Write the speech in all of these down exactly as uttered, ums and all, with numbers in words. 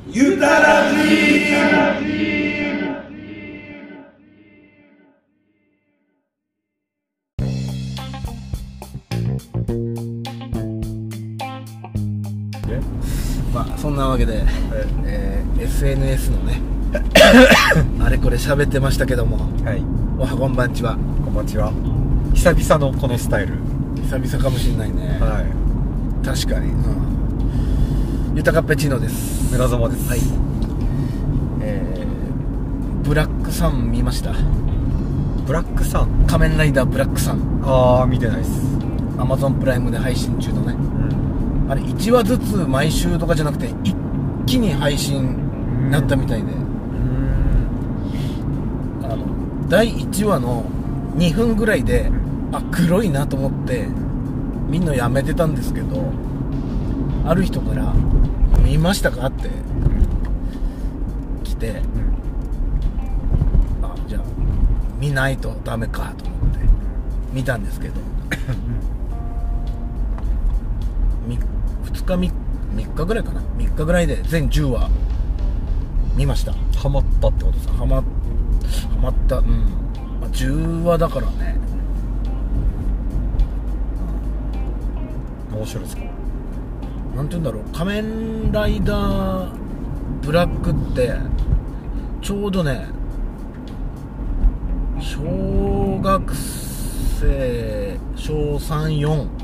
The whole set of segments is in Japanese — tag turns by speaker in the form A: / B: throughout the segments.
A: ゆたらじまあそんなわけで、えー、エスエヌエス のねあれこれ喋ってましたけども、
B: はい、
A: おはこんばんちは。
B: こんばんちは。久々のこのスタイル。
A: 久々かもしれないね。
B: はい。
A: 確かに。うん。ゆたかっぺちのです。
B: 村園です。
A: はい。えー、ブラックサン見ました？
B: ブラックサン。
A: 仮面ライダーブラックサン。
B: ああ、見てないです。
A: アマゾンプライムで配信中のね。うん、あれいちわずつ毎週とかじゃなくて一気に配信になったみたいで。うん。あのだいいちわのにふんぐらいで、あ、黒いなと思ってみんなやめてたんですけど、ある人から見ましたかって来て、あ、じゃあ見ないとダメかと思って見たんですけどふつかみっかぐらいかな、みっかぐらいで全じゅうわ見ました。
B: ハマったってことですか？
A: ハマ、ハマった。うん、まあ、じゅうわだからね。
B: 面白いですか？
A: なんて言うんだろう、仮面ライダーブラックってちょうどね、小学生小さん、よん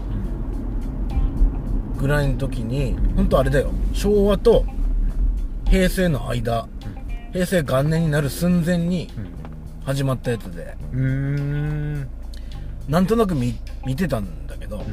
A: ぐらいの時に、本当あれだよ、昭和と平成の間、平成元年になる寸前に始まったやつで、
B: うーん、
A: なんとなく 見, 見てたんだけど、うん、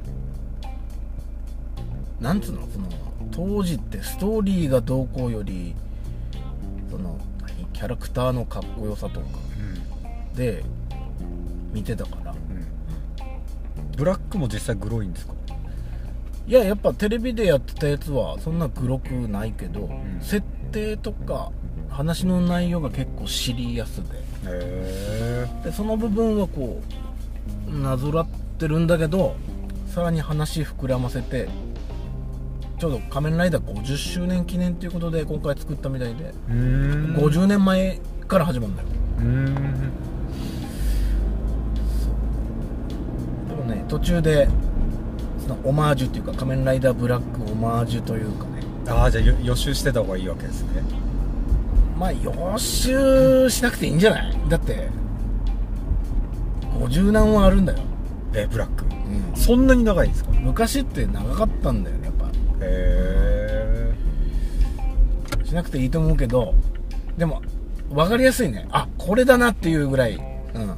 A: なんつうの、その当時ってストーリーがどうこうより、そのキャラクターのかっこよさとかで見てたから、うん、
B: ブラックも実際グロいんですか？
A: いや、やっぱテレビでやってたやつはそんなグロくないけど、うん、設定とか話の内容が結構シリアスで、へー、でその部分はこうなぞらってるんだけど、さらに話膨らませて、ちょうど仮面ライダーごじゅっしゅうねん記念ということで今回作ったみたいで、うーん、ごじゅうねんまえから始まるんだよ。うーん、でもね、途中でそのオマージュっていうか、仮面ライダーブラックオマージュというかね。
B: ああ、じゃあ予習してた方がいいわけですね。
A: まあ予習しなくていいんじゃない？だってごじゅうなんはあるんだよ。
B: え、ブラック、うん、
A: そ
B: んなに長いんですか？
A: 昔って長かったんだよね、やっぱ。
B: へ
A: え。しなくていいと思うけど、でも分かりやすいね。あ、これだなっていうぐらい。うん。う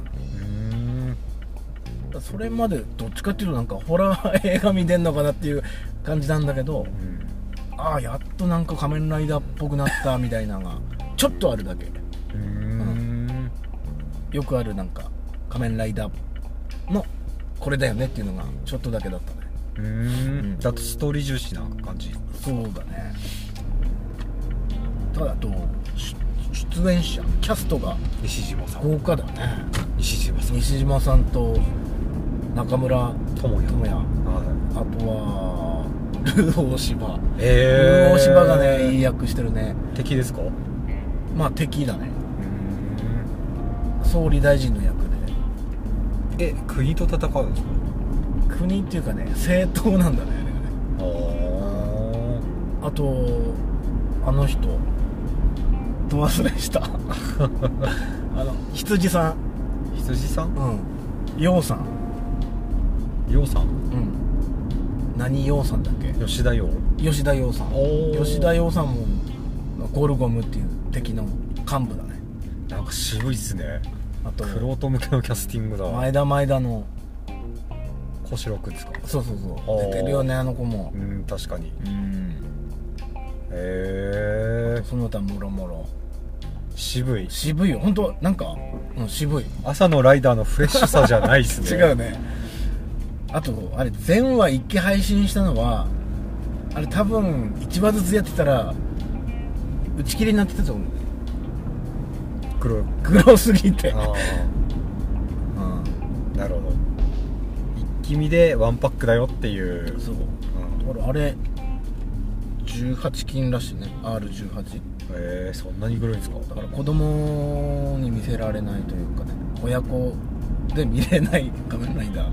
A: ーん。それまでどっちかっていうとなんかホラー映画見てんのかなっていう感じなんだけど、うん、ああ、やっとなんか仮面ライダーっぽくなったみたいなのがちょっとあるだけ。うーん、うん、よくあるなんか仮面ライダーのこれだよねっていうのがちょっとだけだったね。
B: うーん、うん、だとストーリー重視な感じ。
A: そうだね。ただと出演者キャストが
B: 西島さん
A: 豪華だね。
B: 西島さん
A: 西島さんと中村
B: 智也、
A: 智也、
B: はい、
A: あとはルー大柴、
B: えー、
A: ルー大柴がね、いい役してるね。
B: 敵ですか？
A: まあ敵だね。うーん、総理大臣の役で。
B: え、国と戦うんですか？
A: 国っていうかね、政党なんだね、あれがね。ああとあの人ど忘れしたあの羊さん
B: 羊さん、
A: うん、陽さん、
B: 陽さん、うん、
A: 何陽さんだっけ？
B: 吉田陽、
A: 吉田陽さん。吉田陽さんもゴルゴムっていう敵の幹部だね。
B: なんか渋いっすね。
A: あと
B: クロート向けのキャスティングだ。
A: 前田前田の
B: 小四郎くんですか？
A: そうそうそう、出てるよね、あの子も。
B: うん、確かに。うん、
A: へえ。その他もろもろ
B: 渋い
A: 渋いよ、本当なんか、うん、渋い。
B: 朝のライダーのフレッシュさじゃないっすね
A: 違うね。あとあれ全話一気配信したのは、あれ多分いちわずつやってたら打ち切りになってたと思う。
B: 黒
A: 黒すぎて。あ、
B: うん、なるほど。一気見でワンパックだよっていう。
A: そう、うん、だからあれじゅうはち禁らしいね。 アールじゅうはち。
B: へえ、そんなにグロいんですか。
A: だから子供に見せられないというかね、親子で見れない仮面ライダー、うん、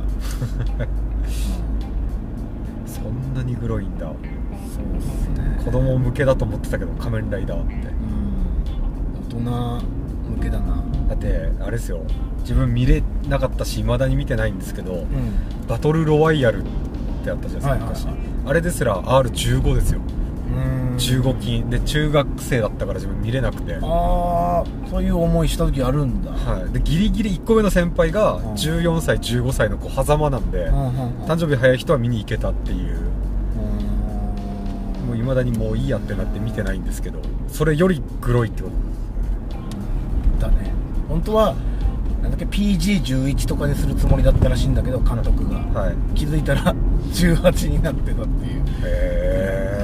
B: そんなにグロいんだ。
A: そうですね。
B: 子供向けだと思ってたけど仮面ライダーって、
A: うん、大人向けだな。
B: だってあれですよ、自分見れなかったし未だに見てないんですけど、うん、バトルロワイヤルってあったじゃないですか、はいはいはい、あれですら アールじゅうご ですよ。じゅうご禁で中学生だったから自分見れなくて。
A: ああ、そういう思いした時あるんだ。
B: はい。でギリギリいっこめの先輩がじゅうよんさいじゅうごさいの子狭間なんで、うん、誕生日早い人は見に行けたっていう、うん、もう未だにもういいやってなって見てないんですけど、それよりグロいってこと
A: だね。本当はなんだっけ ピージーじゅういち とかにするつもりだったらしいんだけど、監督が、はい、気づいたらじゅうはちになってたっていう。へえ。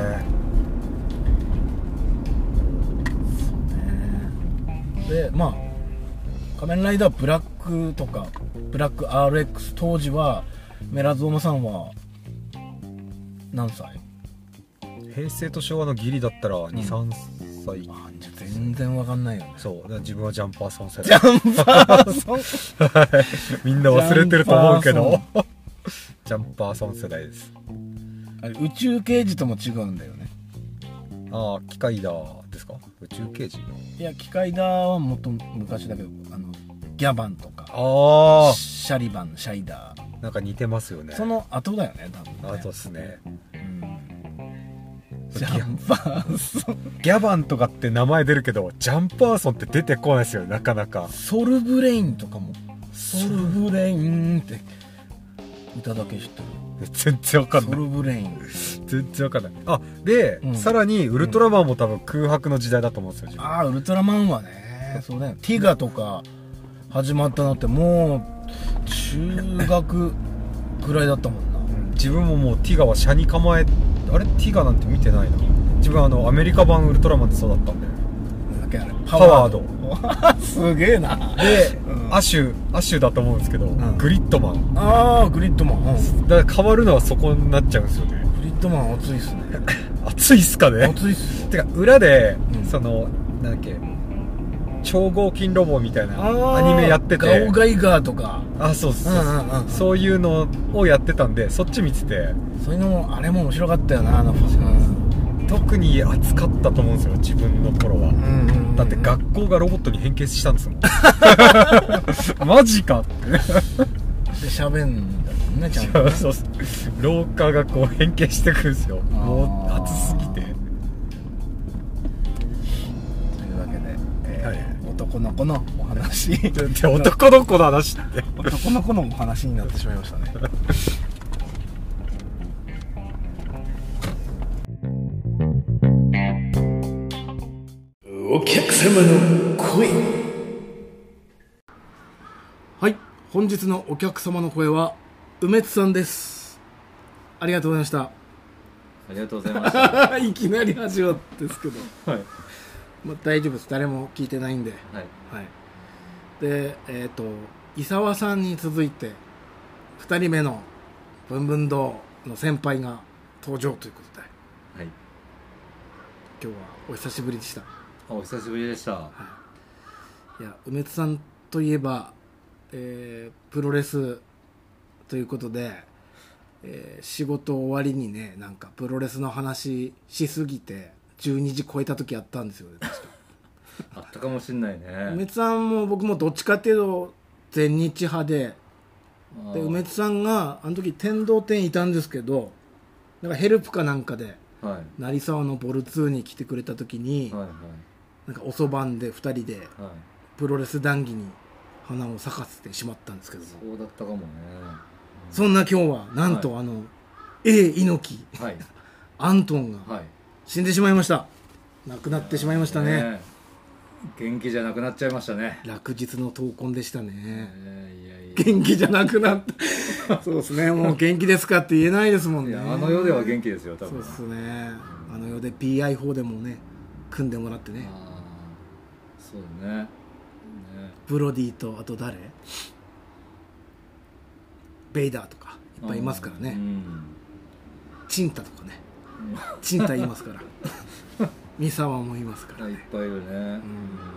A: でまあ仮面ライダーブラックとかブラック アールエックス 当時はメラゾーマさんは何歳？
B: 平成と昭和のギリだったらに、うん、さんさい。
A: あ、じゃ全然わかんないよね。
B: そうだから自分はジャンパーソン世代。
A: ジャンパーソ
B: ンみんな忘れてると思うけどジャンパーソン世代です。
A: あれ宇宙刑事とも違うんだよね。
B: ああ、機械だですか。宇宙刑事。
A: いや、機械だはもっと昔だけど、あのギャバンとか、
B: ああ、
A: シャリバン、シャイダー、
B: なんか似てますよね。
A: その後だよね、多分ね。
B: 後っすね。うん。
A: ジャンパーソン。
B: ギャバンとかって名前出るけど、ジャンパーソンって出てこないですよ、なかなか。
A: ソルブレインとかも、ソルブレインって歌だけ知ってる。
B: 全然わかんない。
A: ソルブレイン
B: 全然わかんない。あ、で、うん、さらにウルトラマンも多分空白の時代だと思うんですよ、自分。
A: ああ、ウルトラマンはね、そうだよ。ティガとか始まったのってもう中学ぐらいだったもんな、うん、
B: 自分ももうティガは車に構え、あれティガなんて見てないな。自分はあのアメリカ版ウルトラマンってそうだったんで。
A: なんだっけあれ、
B: パワード。
A: すげえな。
B: で、うん、アシュアシュだと思うんですけど、うん、グリッドマン。
A: ああ、グリッドマン、うん、
B: だから変わるのはそこになっちゃうんですよね。
A: グリッドマン熱いっすね。
B: 熱いっすかね。
A: 熱いっす。
B: てか裏で、うん、そのなんだっけ、超合金ロボみたいなアニメやってて、
A: ガオガイガーとか、
B: あ、そうそうそう、うんうんうん、そういうのをやってたんで、そっち見てて、
A: そういうのもあれも面白かったよな、あのファッション。
B: 特に熱かったと思うんですよ、自分の頃は、うんうんうんうん、だって学校がロボットに変形したんですもんマジかってで
A: 喋んだもんね、ちゃんとね。
B: そうそう、廊下がこう変形してくるんですよ、もう熱すぎて。と
A: いうわけで、えーはい、男の子のお話
B: 男の子の話って
A: 男の子のお話になってしまいましたねお客様の声。はい、本日のお客様の声は梅津さんです。ありがとうございました。
C: ありがとうございました
A: いきなり始まったですけど、
C: はい、
A: まあ、大丈夫です、誰も聞いてないんで、
C: はい、
A: はい、で、えっと伊沢さんに続いてふたりめの文文堂の先輩が登場ということで、
C: はい、
A: 今日はお久しぶりでした。
C: お久しぶりでした、は
A: い、いや、梅津さんといえば、えー、プロレスということで、えー、仕事終わりにね、なんかプロレスの話しすぎてじゅうにじ超えた時あったんですよね、確か
C: あったかもしんないね。
A: 梅津さんも僕もどっちかっていうと全日派で、で梅津さんがあの時天道店いたんですけど、なんかヘルプかなんかで、はい、成沢のボルツーに来てくれた時に、はいはい、なんか遅番でふたりで、はい、プロレス談義に花を咲かせてしまったんですけども、
C: そうだったかもね、
A: うん、そんな今日はなんと、はい、あの A 猪木、はい、アントンが死んでしまいました。亡くなってしまいましたね。ね、
C: 元気じゃなくなっちゃいましたね。
A: 落日の闘魂でしたね。
C: え
A: ー、いやいや元気じゃなくなったそうですね、もう元気ですかって言えないですもんね。いや、
C: あの世では元気ですよ、多分。
A: そうですね、あの世で ピーアイフォー でもね組んでもらってね。
C: あ、そうだね、ね、
A: ブロディとあと誰、ベイダーとかいっぱいいますからね、うん、チンタとかね、 賃貸いますから三沢もいますから、ね、
C: いっぱいいるね、うん、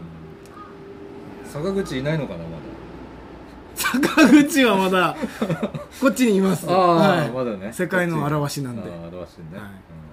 C: 坂口いないのかなまだ。
A: 坂口はまだこっちにいます。
C: ああ、
A: はい、
C: まだね。
A: 世界の表しなんで。
C: ああ、表しね、はい、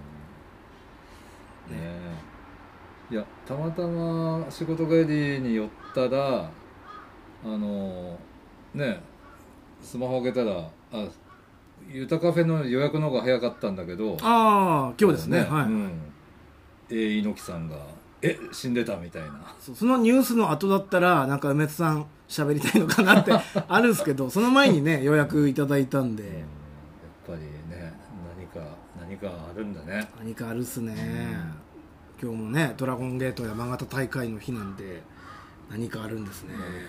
C: うん、ねえ。いや、たまたま仕事帰りに寄ったら、あのね、スマホ開けたら、あ、ゆたカフェの予約の方が早かったんだけど、
A: ああ、今日ですね、はい、うん、
C: え猪木さんがえ死んでたみたいな。
A: そ, そのニュースの後だったらなんか梅津さん喋りたいのかなってあるんですけど、その前にね予約いただいたんで、うん、やっ
C: ぱりね、何か何かあるんだね。
A: 何かあるっすね、うん、今日もねドラゴンゲート山形大会の日なんで何かあるんですね。
C: 何かあるね、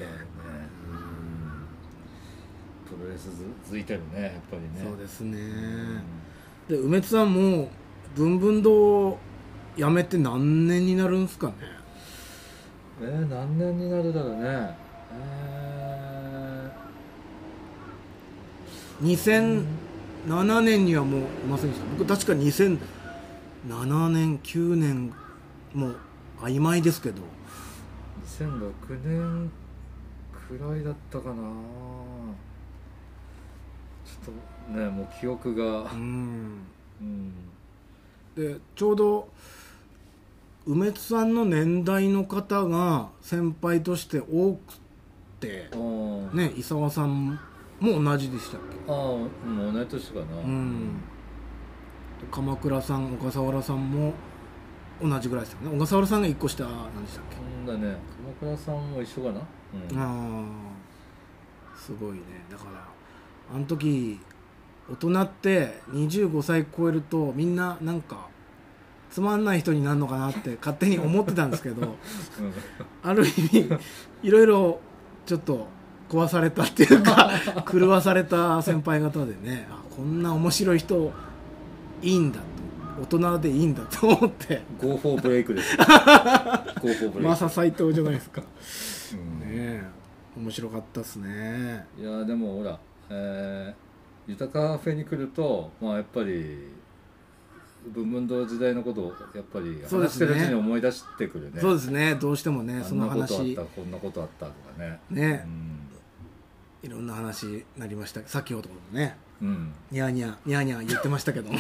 C: うん、プロレス続いてるね、やっぱりね。
A: そうですね、うん、で梅津さんも文文堂辞めて何年になるんすかね。
C: えー、何年になるだろうね。え
A: ー、にせんななねんにはもういませんでした。僕確かにせんななねんきゅうねんもう曖昧ですけどに
C: せんろくねんくらいだったかな。ちょっとねもう記憶がうん、
A: うん、でちょうど梅津さんの年代の方が先輩として多くて、ね、伊沢さんも同じでしたっけ。
C: ああ、もう同じ年かな、うん、
A: 鎌倉さん、小笠原さんも同じぐらいですよね。小笠原さんがいっこ下なんでしたっけ。
C: うんだね、鎌倉さんも一緒かな、
A: うん、ああすごいね。だからあの時大人ってにじゅうごさい超えるとみんななんかつまんない人になるのかなって勝手に思ってたんですけど、うん、ある意味いろいろちょっと壊されたっていうか狂わされた先輩方でね、あこんな面白い人いいんだと、大人でいいんだと思って
C: Go for break です Go for break
A: マサ斎藤じゃないですか、うん、ねえ面白かったっすね。
C: いやでもほら、えー、ゆたカフェに来るとまあやっぱり文文堂時代のことをやっぱり話してるうちに思い出してくるね。
A: そうですね、どうしてもねその話、
C: あんなことあったこんなことあったとかね
A: ね、うん、いろんな話になりました。先ほどもね、うん、ニャーニャーニャーニャー言ってましたけどもね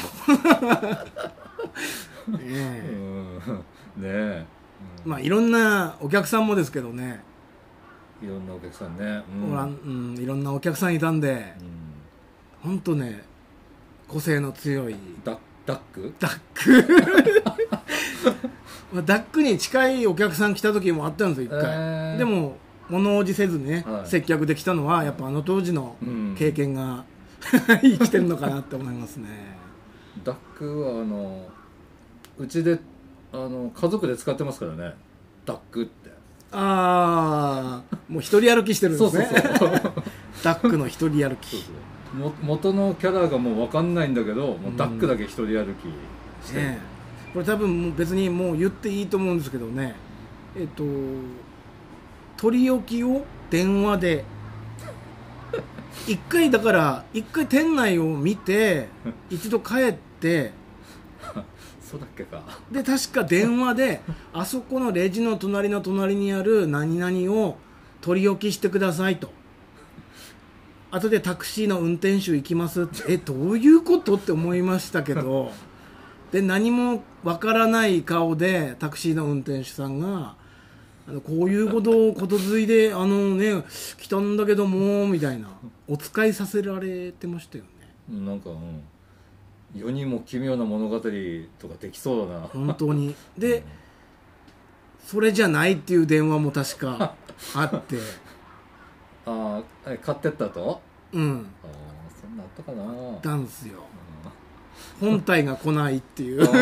A: え、うん、ねえ、うん、まあいろんなお客さんもですけどね、
C: いろんなお客さんね、
A: うんうん、いろんなお客さんいたんで、うん、ほんとね個性の強い
C: ダダック
A: ダックダックに近いお客さん来た時もあったんですよ一回、えー、でも物おじせずね、はい、接客できたのはやっぱあの当時の経験が、うん、生きてるのかなって思いますね。
C: ダックはあのうちであの家族で使ってますからね、ダックって。
A: ああもう一人歩きしてるんですね。そうそうそうダックの一人歩き。そうそう
C: も元のキャラがもう分かんないんだけど、もうダックだけ一人歩きして、うんね、
A: これ多分もう別にもう言っていいと思うんですけどね、えっと取り置きを電話で一回だから一回店内を見て一度帰って
C: そうだっけか。
A: で確か電話であそこのレジの隣の隣にある何々を取り置きしてくださいと、後でタクシーの運転手行きますって、えどういうことって思いましたけどで何もわからない顔でタクシーの運転手さんがあのこういうことをことづいであのね来たんだけどもみたいなお使いさせられてましたよね。
C: なんか、うん、世にも奇妙な物語とかできそうだな
A: 本当に。で、うん、それじゃないっていう電話も確かあって
C: ああ買ってったと、
A: うん
C: あそんなあったかなあ
A: ったんですよ、うん、本体が来ないっていう、ね、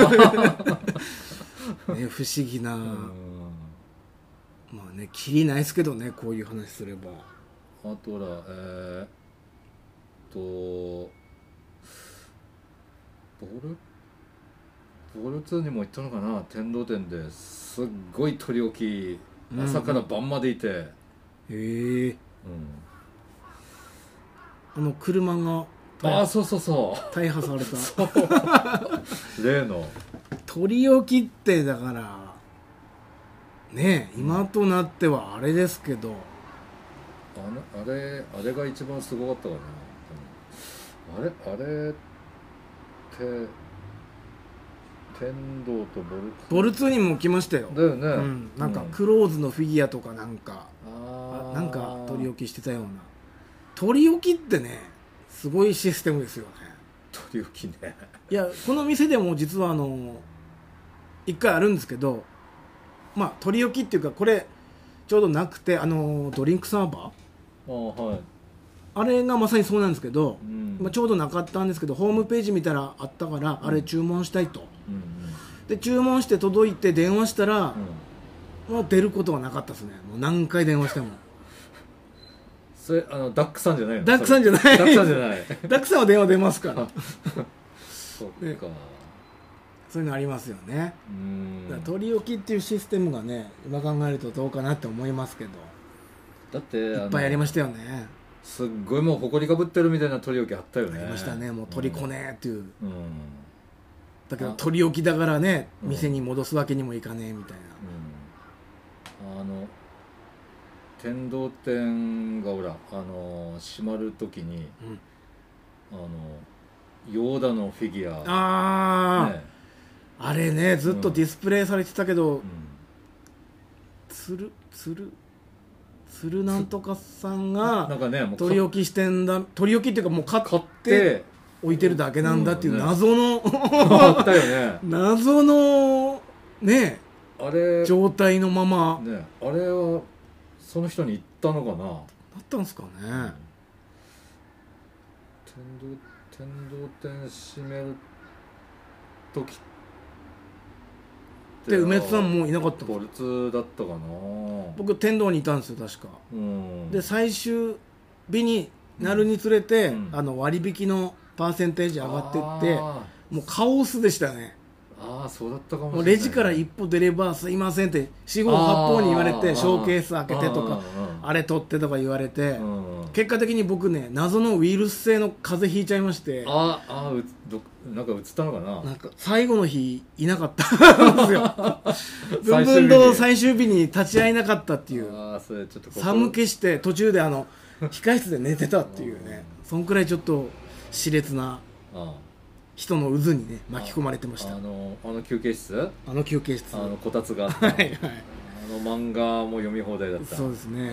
A: 不思議な、うん、まあねキリないですけどねこういう話すれば。
C: あとほらえー、っとボルボルツーにも行ったのかな、天童店ですっごい取り置き朝から晩までいて、うん、
A: へえ、うん、あの車が
C: ああそうそうそう
A: 大破された
C: そう例の
A: 取り置きってだからねえ今となってはあれですけど、
C: あのあれあれが一番すごかったかな。あれあれって天道とボルツ
A: ボルツーにも来ましたよ。
C: だよね、
A: うん、なんかクローズのフィギュアとかなんか、
C: うん、
A: なんか取り置きしてたような。取り置きってねすごいシステムですよね。
C: 取り置きね
A: いやこの店でも実はあの一回あるんですけど、まあ取り置きっていうかこれちょうどなくてあのドリンクサーバー
C: あ、はい、
A: あれがまさにそうなんですけど、
C: うん、
A: まあ、ちょうどなかったんですけどホームページ見たらあったからあれ注文したいと、
C: うんうん、
A: で注文して届いて電話したら、うん、もう出ることがなかったですね。もう何回電話しても
C: それあのダックさんじゃないの？
A: ダックさんじゃない
C: ダックさんじゃない
A: ダックさんは電話出ますから
C: そっか、
A: そういうのありますよね。
C: うん、
A: だから取り置きっていうシステムがね今考えるとどうかなって思いますけど、
C: だって
A: いっぱいありましたよね。
C: すっごいもう埃かぶってるみたいな取り置きあったよね。
A: ありましたね。もう取りこねーっていう、うん、
C: うん、
A: だけど取り置きだからね店に戻すわけにもいかねえみたい
C: な、うん、あの天道店がほらあの閉まるときに、うん、あのヨーダのフィギュア
A: ああ、ね、あれねずっとディスプレイされてたけど、うん、つるつるつるなんとかさんが取り置きしてんだ、取り置きっていうかもう買って置いてるだけなんだっていう謎の、うんね、
C: あったよね
A: 謎のね
C: あれ
A: 状態のまま、
C: ね、あれはその人に言ったのかな。
A: あったんですかね、うん、
C: 天道天道店閉める時
A: で梅津さんもういなかったんですか。
C: ボルツだったかな。
A: 僕天道にいたんですよ確か、
C: うん、で
A: 最終日になるにつれて、
C: うん、
A: あの割引のパーセンテージ上がってってもうカオスでしたね。
C: ああそうだったかもしれない、
A: ね、レジから一歩出ればすいませんって四方八方に言われてショーケース開けてとか あ, あれ取ってとか言われて結果的に僕ね謎のウイルス性の風邪ひいちゃいまして、
C: ああうどなんか映ったのかな。
A: なんか最後の日いなかったんですよ文文堂最終日に立ち会えなかったっていう。
C: あそれちょっと
A: 寒気して途中であの控室で寝てたっていうねそんくらいちょっと熾烈な人の渦にね巻き込まれてました。
C: あのあの休憩室
A: あの休憩室
C: あのこたつがあった
A: はい、はい、
C: あの漫画も読み放題だった。
A: そうですね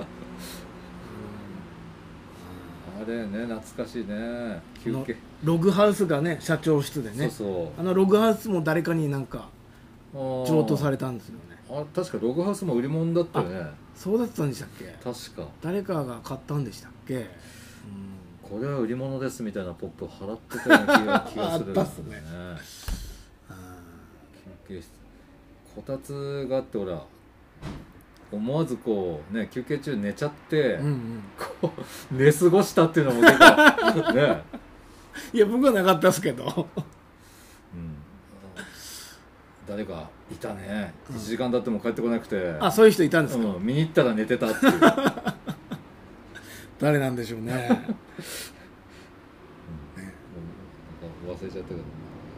C: あれね懐かしいね。休憩
A: ログハウスがね社長室でね、
C: そうそう
A: あのログハウスも誰かになんか譲渡されたんですよね。
C: あ確かログハウスも売り物だったよね。
A: そうだったんでしたっけ。
C: 確か
A: 誰かが買ったんでしたっけ、うん、
C: これは売り物ですみたいなポップを払ってたような気が、気がするんですね休憩室こたつがあってほら思わずこうね休憩中寝ちゃって、うんうん、こう寝過ごしたっていうのも結構ね
A: いや僕はなかったですけど、うん、
C: 誰かいたね、うん、いちじかん経っても帰ってこなくて。
A: あそういう人いたんですか、
C: うん、見に行ったら寝てたっていう
A: 誰なんでしょうね、うん、ねなんか
C: 忘れちゃったけどね、ね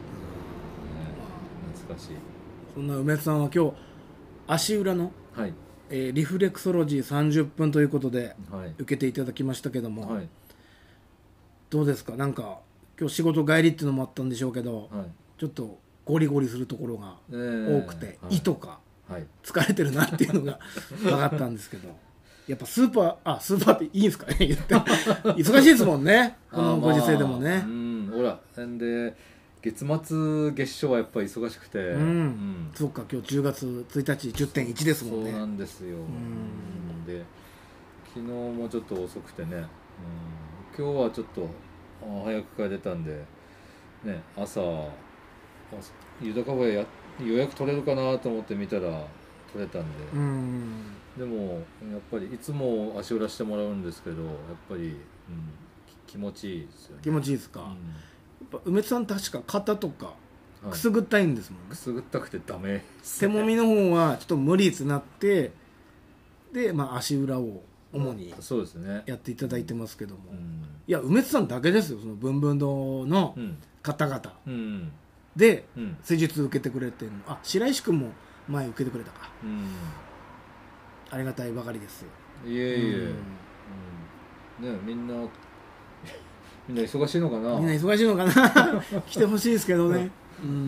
C: 懐かしい。
A: そんな梅津さんは今日足裏の、
C: はい
A: えー、リフレクソロジーさんじゅっぷんということで、
C: はい、
A: 受けていただきましたけども、
C: はい、ど
A: うですか。なんか今日仕事帰りっていうのもあったんでしょうけど、はい、ちょっとゴリゴリするところが多くて、えー、胃とか、はい、疲れてるなっていうのが分かったんですけどやっぱスーパーあスーパーっていいんですかね言って忙しいですもんねこのご時世でもね、まあ、
C: うんほらで月末月初はやっぱり忙しくて、うんうん、
A: そうか今日じゅうがつついたち じゅってんいち ですもんね。
C: そうなんですよ。うんで昨日もちょっと遅くてね、うん、今日はちょっと早く帰れたんで、ね、朝ゆだカフェや予約取れるかなと思って見たら取れたんで、うん、でもやっぱりいつも足裏してもらうんですけどやっぱり、うん、気持ちいいですよね。
A: 気持ちいいですか、うん、やっぱ梅津さん確か肩とかくすぐったいんですもんね、はい、
C: くすぐったくてダメ、ね、
A: 手もみの方はちょっと無理になってで、まあ、足裏を主に
C: そうですね
A: やっていただいてますけども、
C: うん、
A: いや梅津さんだけですよ、その文文堂の方々で施術受けてくれてるの。あ、白石君も前受けてくれたか、うん、ありがたいばかりですよ。
C: いえいえ、うんうん、ね、みんなみんな忙しいのかな、
A: みんな忙しいのかな来てほしいですけどね、うん、うん、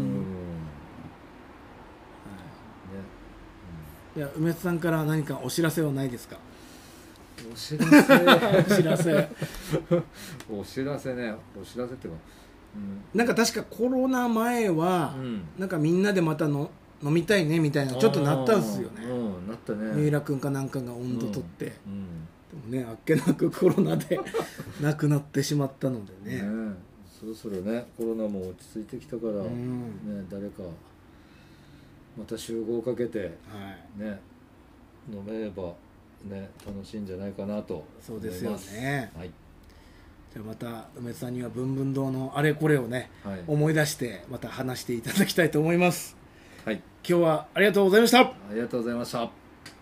A: いや梅津さんから何かお知らせはないですか？
C: お知らせ
A: お知らせ
C: お知らせね、お知らせっていうか、
A: うん、なんか確かコロナ前は、うん、なんかみんなでまたの飲みたいねみたいなちょっとなったんですよね。
C: うん、なったね。
A: 三浦君かなんかが温度取って、うんうん、でもね、あっけなくコロナで亡くなってしまったのでね。
C: ね、そろそろね、コロナも落ち着いてきたから、うん、ね、誰かまた集合かけて、はい、ね、飲めればね、楽しいんじゃないかなと思います。そうですよね。はい。
A: じゃあまた梅津さんには文文堂のあれこれをね、はい、思い出してまた話していただきたいと思います。はい。今日はありがとうございました。あ
C: りがとうございました。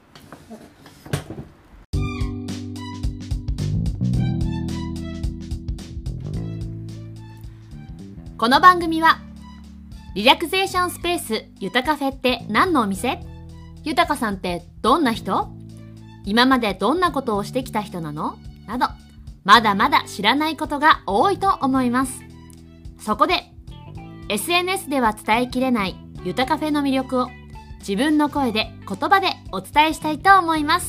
D: この番組はリラクゼーションスペースゆたカフェって何のお店？ゆたかさんってどんな人？今までどんなことをしてきた人なの？など、まだまだ知らないことが多いと思います。そこで エスエヌエス では伝えきれないゆたカフェの魅力を自分の声で言葉でお伝えしたいと思います。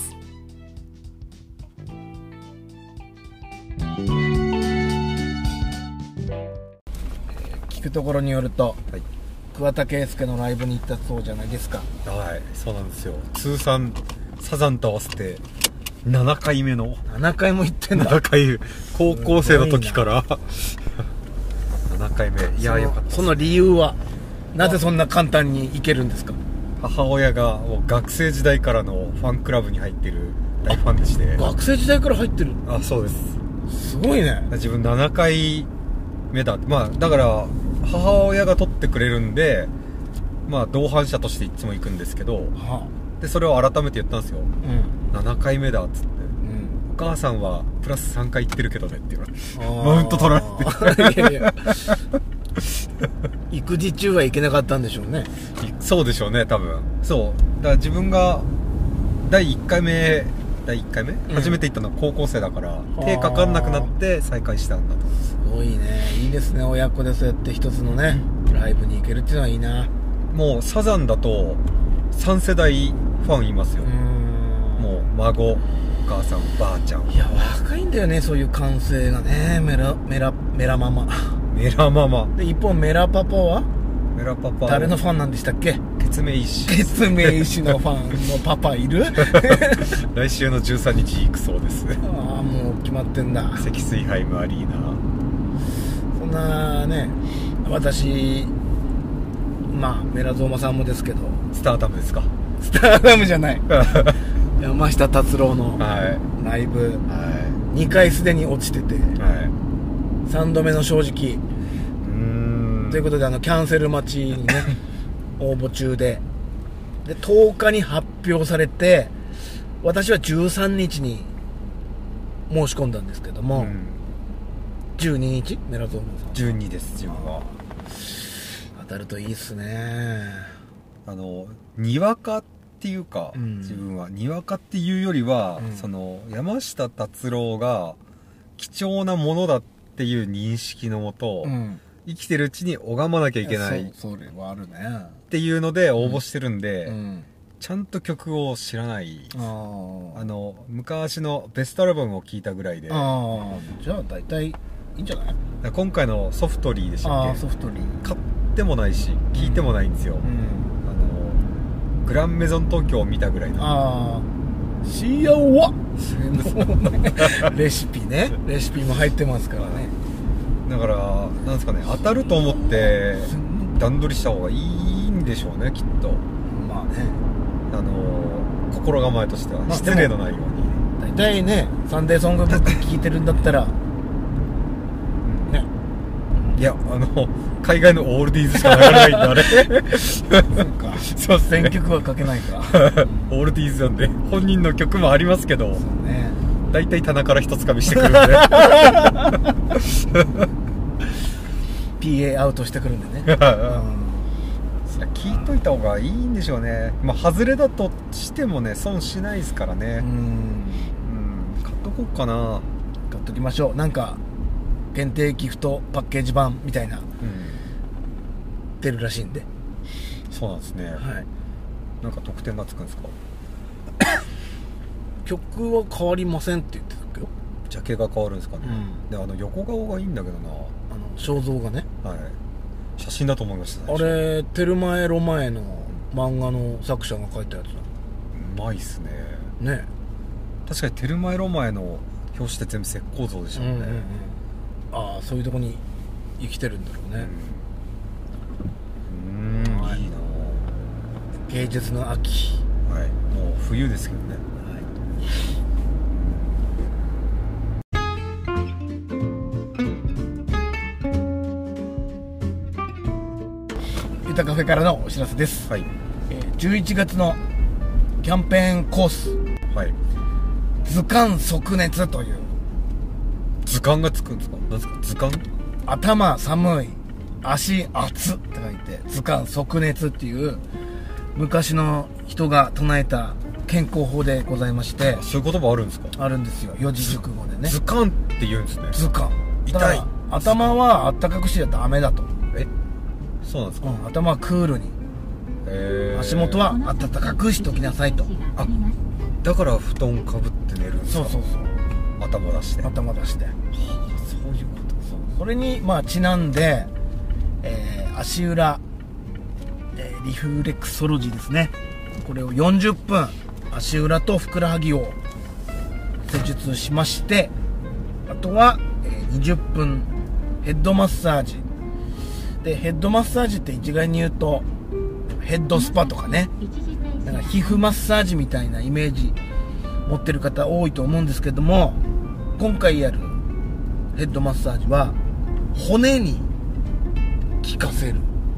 A: 聞くところによると、はい、桑田佳祐のライブに行ったそうじゃないですか。
B: はい、そうなんですよ。通算サザンと合わせてななかいめの
A: ななかいも行ってんだ。
B: ななかい、高校生の時からななかいめ。いや、よかった。
A: その理由はなぜそんな簡単に行けるんですか？
B: 母親がもう学生時代からのファンクラブに入ってる大ファンでして。
A: 学生時代から入ってる？
B: あ、そうです。
A: すごいね。
B: 自分ななかいめだ。まあだから母親が撮ってくれるんで、まあ同伴者としていつも行くんですけど、はあ、でそれを改めて言ったんですよ、うん、ななかいめだっつって、うん、お母さんはプラスさんかい行ってるけどねって言われて、マウント取られていやいや
A: 育児中は行けなかったんでしょうね。
B: そうでしょうね、多分。そうだから自分がだいいっかいめだいいっかいめ、うん、初めて行ったのは高校生だから手かかんなくなって再開したんだと。
A: すごいね、いいですね、親子でそうやって一つのねライブに行けるっていうのはいいな。
B: もうサザンだとさん世代ファンいますよ。うもう孫、お母さん、ばあちゃん。
A: いや若いんだよね、そういう感性がね。メラメラメラママ
B: メラママ
A: で、一方メラパパは
B: メラパパ
A: 誰のファンなんでしたっけ？
B: ケツメイシ
A: ケツメイシのファンのパパいる
B: 来週のじゅうさんにち行くそうです。
A: ああ、もう決まってんだ。
B: 積水ハイムアリーナ。
A: そんなね、私まあメラゾーマさんもですけど。
B: スターダムですか？
A: スターダムじゃない山下達郎のライブ、はい、にかいすでに落ちてて、はい、さんどめの正直うーんということで、あのキャンセル待ちにね応募中で、でとおかに発表されて、私はじゅうさんにちに申し込んだんですけども、じゅうににちメラゾーマさん
B: じゅうにです自分は。
A: 当たるといいっすね。
B: あのにわかっていうか、うん、自分はにわかっていうよりは、うん、その山下達郎が貴重なものだっていう認識のもと、うん、生きてるうちに拝まなきゃいけない、
A: それはあるね
B: っていうので応募してるんで、うんうん、ちゃんと曲を知らない。ああの昔のベストアルバムを聴いたぐらいで。
A: あじゃあ大体いいんじゃない？
B: 今回のソフトリーでしたっけ？
A: ソフトリー
B: 買ってもないし聴いてもないんですよ、うん、あのグランメゾン東京を見たぐらいだ。
A: ああしやわレシピね、レシピも入ってますからね。
B: だからなんですかね、当たると思って段取りした方がいいんでしょうね、きっと。
A: まあね、
B: あの心構えとしては失礼のないよう
A: に。大体ね、サンデーソングブック聞いてるんだったらね、
B: いや、あの海外のオールディーズしか流れないんであれ
A: そうか、そう、選曲は書けないか
B: オールディーズなんで本人の曲もありますけど、
A: そうね、
B: 大体棚から一つかみしてくるんで
A: ピーエー アウトしてくるんでね、うん、
B: 聞いといた方がいいんでしょうね。まあ外れだとしてもね損しないですからね。うん、うん、買っとこうかな。
A: 買っときましょう。なんか限定ギフトパッケージ版みたいな、うん、出るらしいんで。
B: そうなんですね。はい。なんか特典がつくんですか？
A: 曲は変わりませんって言ってたけど。
B: ジャケが変わるんですかね。うん、であの横顔がいいんだけどな。あの
A: 肖像がね。
B: はい。写真だと思いました。
A: あれテルマエロマエの漫画の作者が描いたやつだ。
B: うまいっすね。
A: ね。確
B: かにテルマエロマエの表紙って全部石膏像でしたもんね。うんうんうん、
A: ああそういうとこに生きてるんだろうね。
B: うん、うん、はい、いいな。
A: 芸術の秋。
B: はい。もう冬ですけどね。
A: ゆたカフェからのお知らせです、はい。えー、じゅういちがつのキャンペーンコース、はい、図鑑即熱という。
B: 図鑑がつくんですか？何ですか図鑑？
A: 頭寒い足熱って書いて図鑑即熱っていう昔の人が唱えた健康法でございまして。
B: そういう言葉あるんですか？
A: あるんですよ。四字熟語でね。
B: 図鑑って言うんですね。
A: 図鑑。痛い。頭はあったかくしちゃダメだと。
B: え？そうなんですか？うん、
A: 頭はクールに。へー。足元は暖かくしときなさいと。
B: あ、だから布団かぶって寝るんですか？
A: そうそうそう。
B: 頭出して。
A: 頭出して。は
B: あ、そういうこと。
A: そう。それにまあちなんで、えー、足裏、えー、リフレクソロジーですね。これをよんじゅっぷん足裏とふくらはぎを施術しまして、あとは、えー、にじゅっぷんヘッドマッサージで、ヘッドマッサージって一概に言うとヘッドスパとかね、なんか皮膚マッサージみたいなイメージ持ってる方多いと思うんですけども、今回やるヘッドマッサージは骨に効かせる。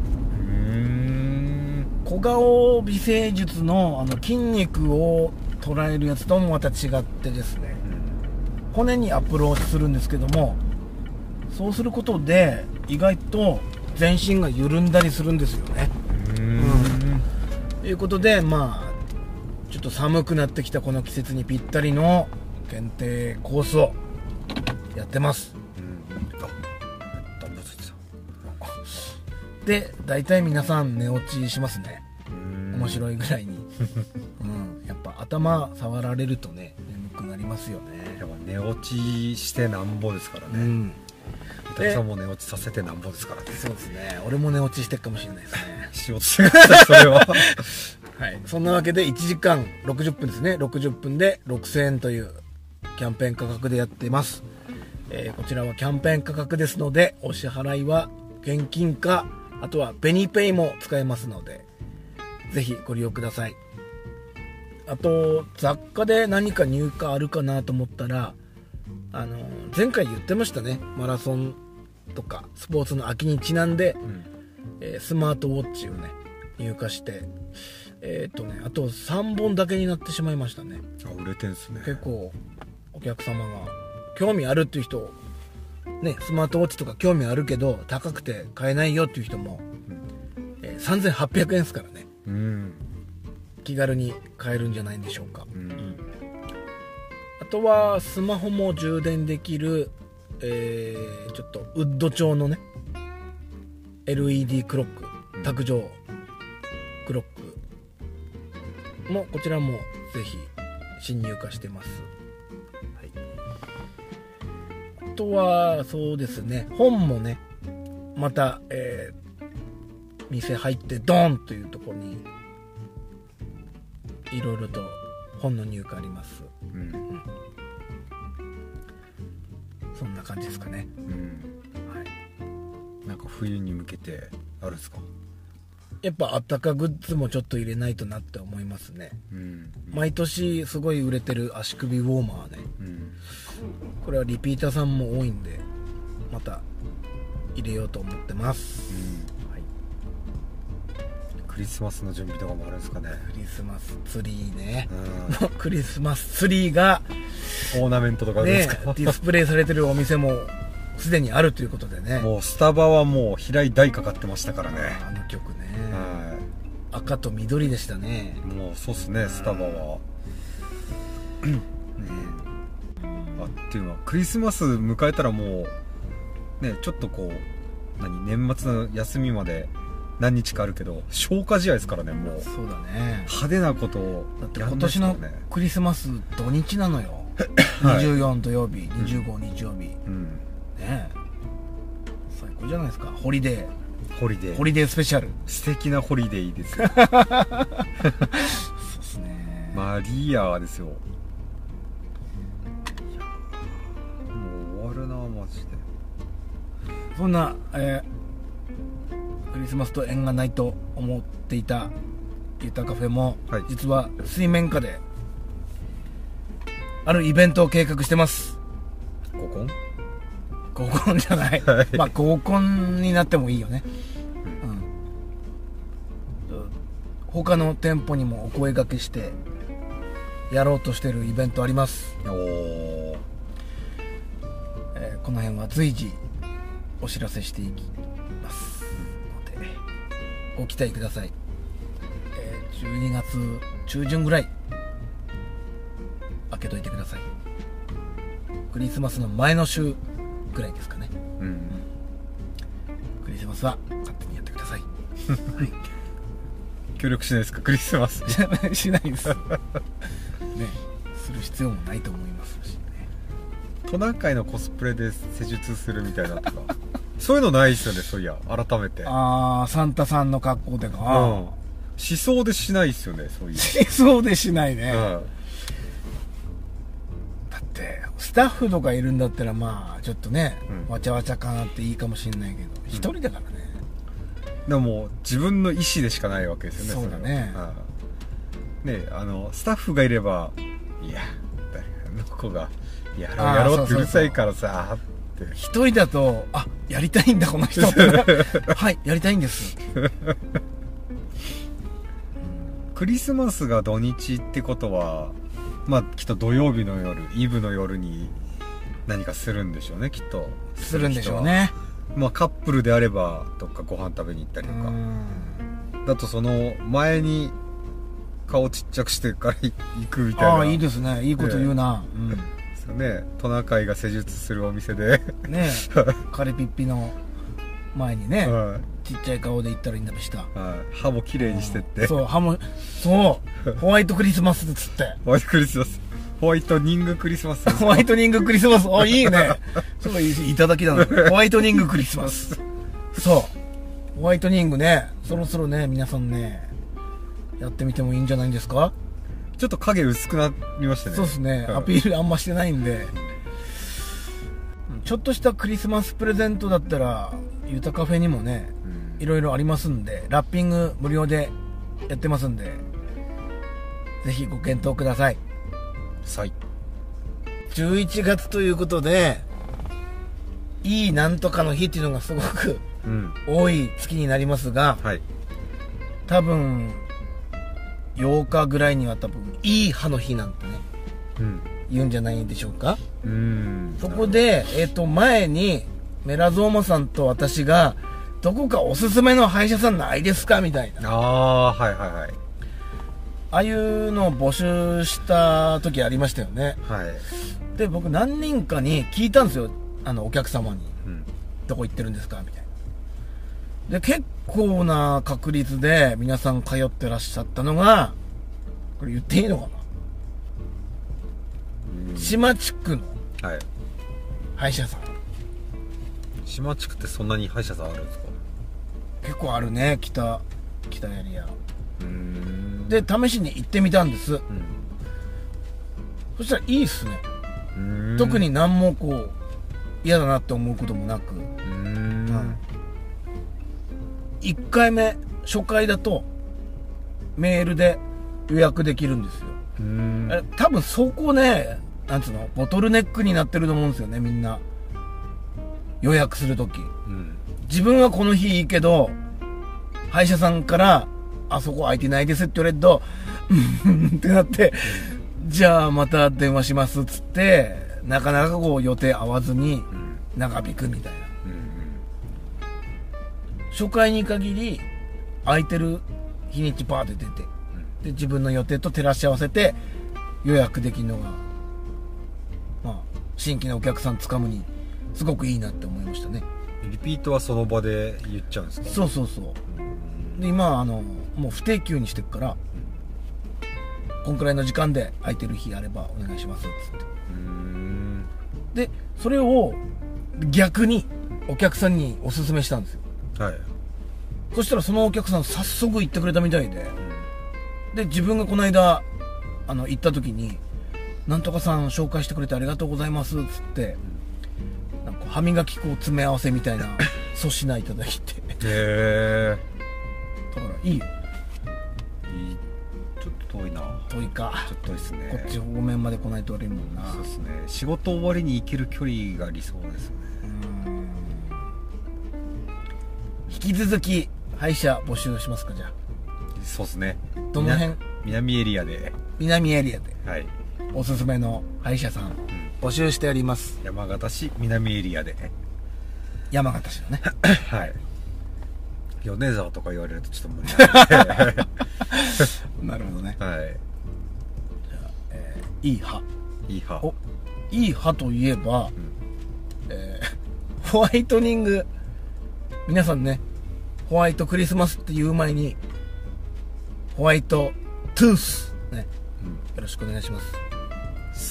A: 小顔美声術 の, あの筋肉を捉えるやつともまた違ってですね、骨にアプローチするんですけども、そうすることで意外と全身が緩んだりするんですよね。うーん、うん、ということで、まあちょっと寒くなってきたこの季節にぴったりの限定コースをやってます。で、大体皆さん寝落ちしますね。面白いぐらいに、うん、やっぱ頭触られるとね眠くなりますよね。
B: やっぱ寝落ちしてなんぼですからね。うん、伊藤さんも寝落ちさせてなんぼですからね。
A: そうですね。俺も寝落ちしてるかもしれないですね。
B: し落ちしてくださいそれは
A: はい。そんなわけでいちじかんろくじゅっぷんですね。ろくじゅっぷんでろくせんえんというキャンペーン価格でやっています。えー、こちらはキャンペーン価格ですので、お支払いは現金か、あとはベニペイも使えますので、ぜひご利用ください。あと雑貨で何か入荷あるかなと思ったら、あの前回言ってましたね。マラソンとかスポーツの秋にちなんで、うん、えー、スマートウォッチをね入荷して、えっとねあとさんぼんだけになってしまいましたね。
B: あ、売れてんすね。
A: 結構お客様が興味あるっていう人ね、スマートウォッチとか興味あるけど高くて買えないよっていう人も、うん、えー、さんぜんはっぴゃくえんですからね。うん、気軽に買えるんじゃないんでしょうか。うん、あとはスマホも充電できる、えー、ちょっとウッド調のね エルイーディー クロック、卓上クロックもこちらもぜひ新入荷してます。はい、あとはそうですね、本もねまた、えー店入ってドーンというところにいろいろと本の入荷あります。うんうん、そんな感じですかね。うん、
B: はい。なんか冬に向けてあるんですか？
A: やっぱあったかグッズもちょっと入れないとなって思いますね。うんうん、毎年すごい売れてる足首ウォーマーね。うん、これはリピーターさんも多いんでまた入れようと思ってます。うん、
B: クリスマスの準備とかもあるんですかね。
A: クリスマスツリーね、うん、クリスマスツリーが
B: オーナメントとかですか、
A: ね、ディスプレイされてるお店もすでにあるということでね。
B: もうスタバはもう平井大かかってましたからね。
A: あの曲ね、
B: はい、
A: 赤と緑でしたね。
B: もうそうっすね、スタバはね。あっていうのはクリスマス迎えたらもうね、ちょっとこう何年末の休みまで何日かあるけど消化試合ですからね。もう
A: そうだね、
B: 派手なことを
A: だって今年のクリスマス土日なのよにじゅうよん土曜日、にじゅうご日曜日、うん、ねえ最高じゃないですか。ホリデー
B: ホリデー
A: ホリデースペシャル、
B: 素敵なホリデーですよそう
A: ですね、
B: マリアですよ。もう終わるなマジで。
A: そんな、えー、クリスマスと縁がないと思っていたゆたカフェも、はい、実は水面下であるイベントを計画してます。
B: 合コン
A: 合コンじゃない、はい、まあ合コンになってもいいよね、うんうん、他の店舗にもお声掛けしてやろうとしているイベントあります。おー、えー、この辺は随時お知らせしていきますのでご期待ください。えー、じゅうにがつ中旬ぐらい開けといてください。クリスマスの前の週ぐらいですかね、うんうん、クリスマスは勝手にやってください、はい、
B: 協力しないですかクリスマス
A: しないですね、する必要もないと思いますしね。
B: トナカイのコスプレで施術するみたいなとかそういうのないですよね。そういや改めて
A: ああサンタさんの格好でか、うん、
B: 思想でしないですよね。そういう
A: 思想でしないね、うん、だってスタッフとかいるんだったらまあちょっとね、うん、わちゃわちゃかなっていいかもしれないけど一、うん、人だからね。
B: でも自分の意思でしかないわけですよね。
A: そうだね、
B: うん、ねあのスタッフがいればいやあの子がやろうやろうってうるさいからさって
A: 一人だとあやりたいんだこの人ってはいやりたいんです
B: クリスマスが土日ってことはまあきっと土曜日の夜イブの夜に何かするんでしょうね。きっと
A: するんでしょうね。
B: まあカップルであればどっかご飯食べに行ったりとかだとその前に顔ちっちゃくしてから行くみたいな。
A: ああいいですね、いいこと言うな、えーうん
B: そうね、トナカイが施術するお店で
A: ねカレピッピの前にね、はい、ちっちゃい顔で行ったらいいんだべした、
B: はい、歯もきれいにしてって
A: そう歯もそうホワイトクリスマスっつって
B: ホワイトクリスマスホワイトニングクリスマス
A: ホワイトニングクリスマスあいいねそういただきだねホワイトニングクリスマスそうホワイトニングねそろそろね皆さんねやってみてもいいんじゃないんですか。
B: ちょっと影薄くなりましたね。
A: そうですね、アピールあんましてないんでちょっとしたクリスマスプレゼントだったらゆたカフェにもね、うん、いろいろありますんでラッピング無料でやってますんでぜひご検討ください。
B: はい。
A: じゅういちがつということでいいなんとかの日っていうのがすごく、うん、多い月になりますが、はい、多分ようかぐらいには多分いい歯の日なんてね、うん、言うんじゃないでしょうか。うん、そこで、えーと、前にメラゾーマさんと私がどこかおすすめの歯医者さんないですかみたいな、
B: あーはいはいはい、
A: ああいうのを募集した時ありましたよね、はい、で僕何人かに聞いたんですよ、あのお客様に、うん、どこ行ってるんですかみたいな。で結構な確率で皆さん通ってらっしゃったのがこれ言っていいのかな、島地区の歯医者さん、はい、
B: 島地区ってそんなに歯医者さんあるんですか。
A: 結構あるね、北北エリア。うーんで試しに行ってみたんです、うん、そしたらいいっすね。うーん特に何もこう嫌だなって思うこともなく、うーん、うんいっかいめ初回だとメールで予約できるんですよ。うーん多分そこね、なんつうのボトルネックになってると思うんですよね、みんな予約するとき、うん、自分はこの日いいけど歯医者さんからあそこ空いてないですって言われるとうんってなって、じゃあまた電話しますっつってなかなかこう予定合わずに長引くみたいな、うんうん、初回に限り空いてる日にちバーって出て、で自分の予定と照らし合わせて予約できるのが、まあ、新規のお客さんつかむにすごくいいなって思いましたね。
B: リピートはその場で言っちゃうんですか？
A: そうそうそう。で今あのもう不定休にしてるから、こんくらいの時間で空いてる日あればお願いしますっつって、うーんでそれを逆にお客さんにおすすめしたんですよ。はい。そしたらそのお客さん早速行ってくれたみたいで、うん、で自分がこの間あの行った時になんとかさん紹介してくれてありがとうございますっつって、うん、なんか歯磨き粉詰め合わせみたいな粗品いただいてへえだからいいよ。
B: いい。ちょっと遠いな。
A: 遠いか。
B: ちょっと遠いですね。
A: こっち方面まで来ないと悪いもんな。
B: そうですね。仕事終わりに行ける距離が理想ですね。うーん。
A: 引き続き歯医者募集しますか？じゃあ。
B: そうですね。
A: どの辺？
B: 南エリアで。
A: 南エリアで。
B: はい。
A: おすすめの歯医者さん、うん、募集しております。
B: 山形市南エリアで。
A: 山形市のね。
B: はい。米沢とか言われるとちょっと無理なんで。
A: なるほどね。
B: はい。じゃあ、
A: えー、いい歯。
B: いい歯。
A: お、いい歯といえば、うん、えー、ホワイトニング。皆さんね、ホワイトクリスマスって言う前に、ホワイトトゥース、ね、うん、よろしくお願いします。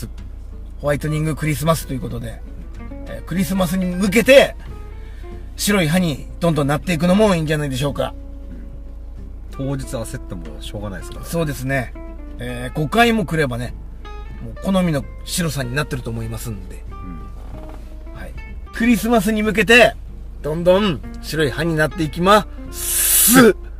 A: ホワイトニングクリスマスということで、えー、クリスマスに向けて、白い歯にどんどんなっていくのもいいんじゃないでしょうか。
B: 当日焦ってもしょうがないですから、ね、
A: そうですね、えー、ごかいも来ればね、もう好みの白さになってると思いますんで、うん、はい、クリスマスに向けてどんどん白い歯になっていきます